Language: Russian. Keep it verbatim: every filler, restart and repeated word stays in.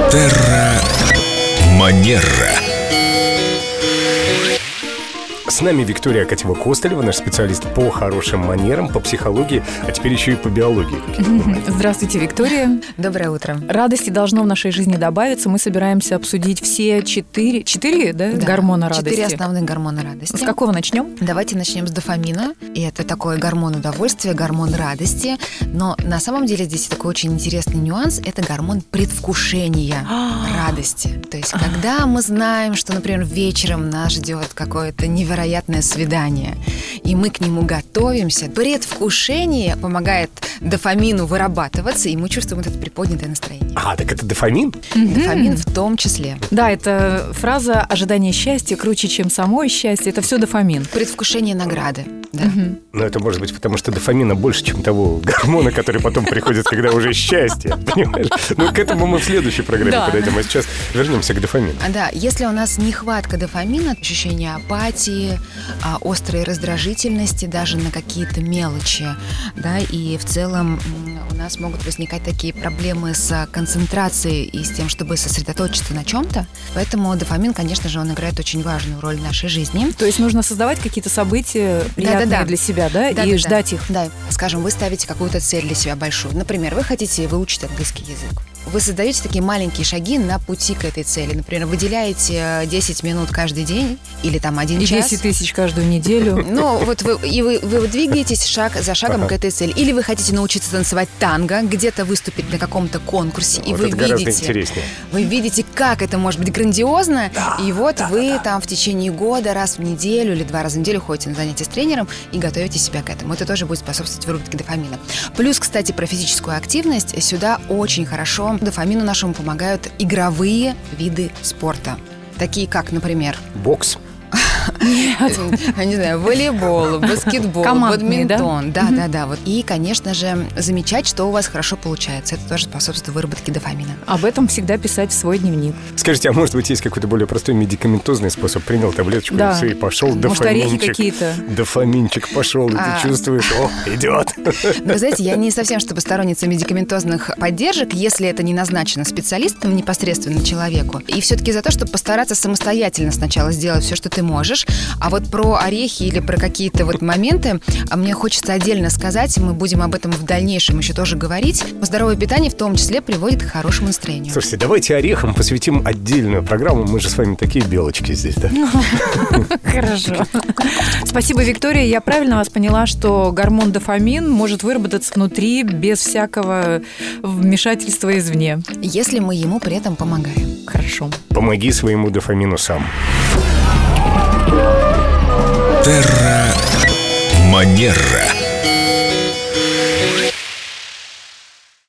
Терра Манера. С нами Виктория Акатьева-Костылева, наш специалист по хорошим манерам, по психологии, а теперь еще и по биологии. Здравствуйте, Виктория. Доброе утро. Радости должно в нашей жизни добавиться. Мы собираемся обсудить все четыре, четыре да, Да, гормона радости. Четыре основных гормона радости. С какого начнем? Давайте начнем с дофамина. И это такой гормон удовольствия, гормон радости. Но на самом деле здесь такой очень интересный нюанс. Это гормон предвкушения радости. То есть когда мы знаем, что, например, вечером нас ждет какое-то невероятное свидание, и мы к нему готовимся, предвкушение помогает дофамину вырабатываться, и мы чувствуем вот это приподнятое настроение. А, так это дофамин? Дофамин в том числе. Да, это фраза «ожидание счастья круче, чем само счастье». Это все дофамин. Предвкушение награды. Да. Но это может быть потому, что дофамина больше, чем того гормона, который потом приходит, когда уже счастье. Понимаешь? Ну, к этому мы в следующей программе Да. подойдем. А сейчас вернемся к дофамину. А, Да, если у нас нехватка дофамина, ощущение апатии, а, острой раздражительности даже на какие-то мелочи, да, и в целом м, у нас могут возникать такие проблемы с концентрацией и с тем, чтобы сосредоточиться на чем-то. Поэтому дофамин, конечно же, он играет очень важную роль в нашей жизни. То есть нужно создавать какие-то события приятные Да-да-да. для себя, да, Да, и да, ждать да. их. Да, скажем, вы ставите какую-то цель для себя большую. Например, вы хотите выучить английский язык. Вы создаете такие маленькие шаги на пути к этой цели. Например, выделяете десять минут каждый день или там один И час. десять тысяч каждую неделю. Ну, вот вы, и вы, вы двигаетесь шаг за шагом Ага. к этой цели. Или вы хотите научиться танцевать танго, где-то выступить на каком-то конкурсе, и Вот вы это гораздо видите, интереснее. вы видите, как это может быть грандиозно, и вот да, вы да, да. там в течение года раз в неделю или два раза в неделю ходите на занятия с тренером и готовите себя к этому. Это тоже будет способствовать выработке дофамина. Плюс, кстати, про физическую активность. Сюда очень хорошо дофамину нашему помогают игровые виды спорта. Такие как, например, Бокс. я не знаю, волейбол, баскетбол, Командные, да? бадминтон. Да, да, да. Вот. И, конечно же, замечать, что у вас хорошо получается. Это тоже способствует выработке дофамина. Об этом всегда писать в свой дневник. Скажите, а может быть есть какой-то более простой медикаментозный способ? Принял таблеточку, Да. и все, и пошел Может, орехи дофаминчик. какие-то. Дофаминчик пошел, и А. ты чувствуешь, о, идет. Но, вы знаете, я не совсем чтобы сторонница медикаментозных поддержек, если это не назначено специалистом непосредственно человеку. И все-таки за то, чтобы постараться самостоятельно сначала сделать все, что ты можешь. А вот про орехи или про какие-то вот моменты а мне хочется отдельно сказать, мы будем об этом в дальнейшем еще тоже говорить. Здоровое питание в том числе приводит к хорошему настроению. Слушайте, давайте орехам посвятим отдельную программу. Мы же с вами такие белочки здесь, да? Хорошо. Спасибо, Виктория. Я правильно вас поняла, что гормон дофамин может выработаться внутри без всякого вмешательства извне. Если мы ему при этом помогаем. Хорошо. Помоги своему дофамину сам. Терра Манера.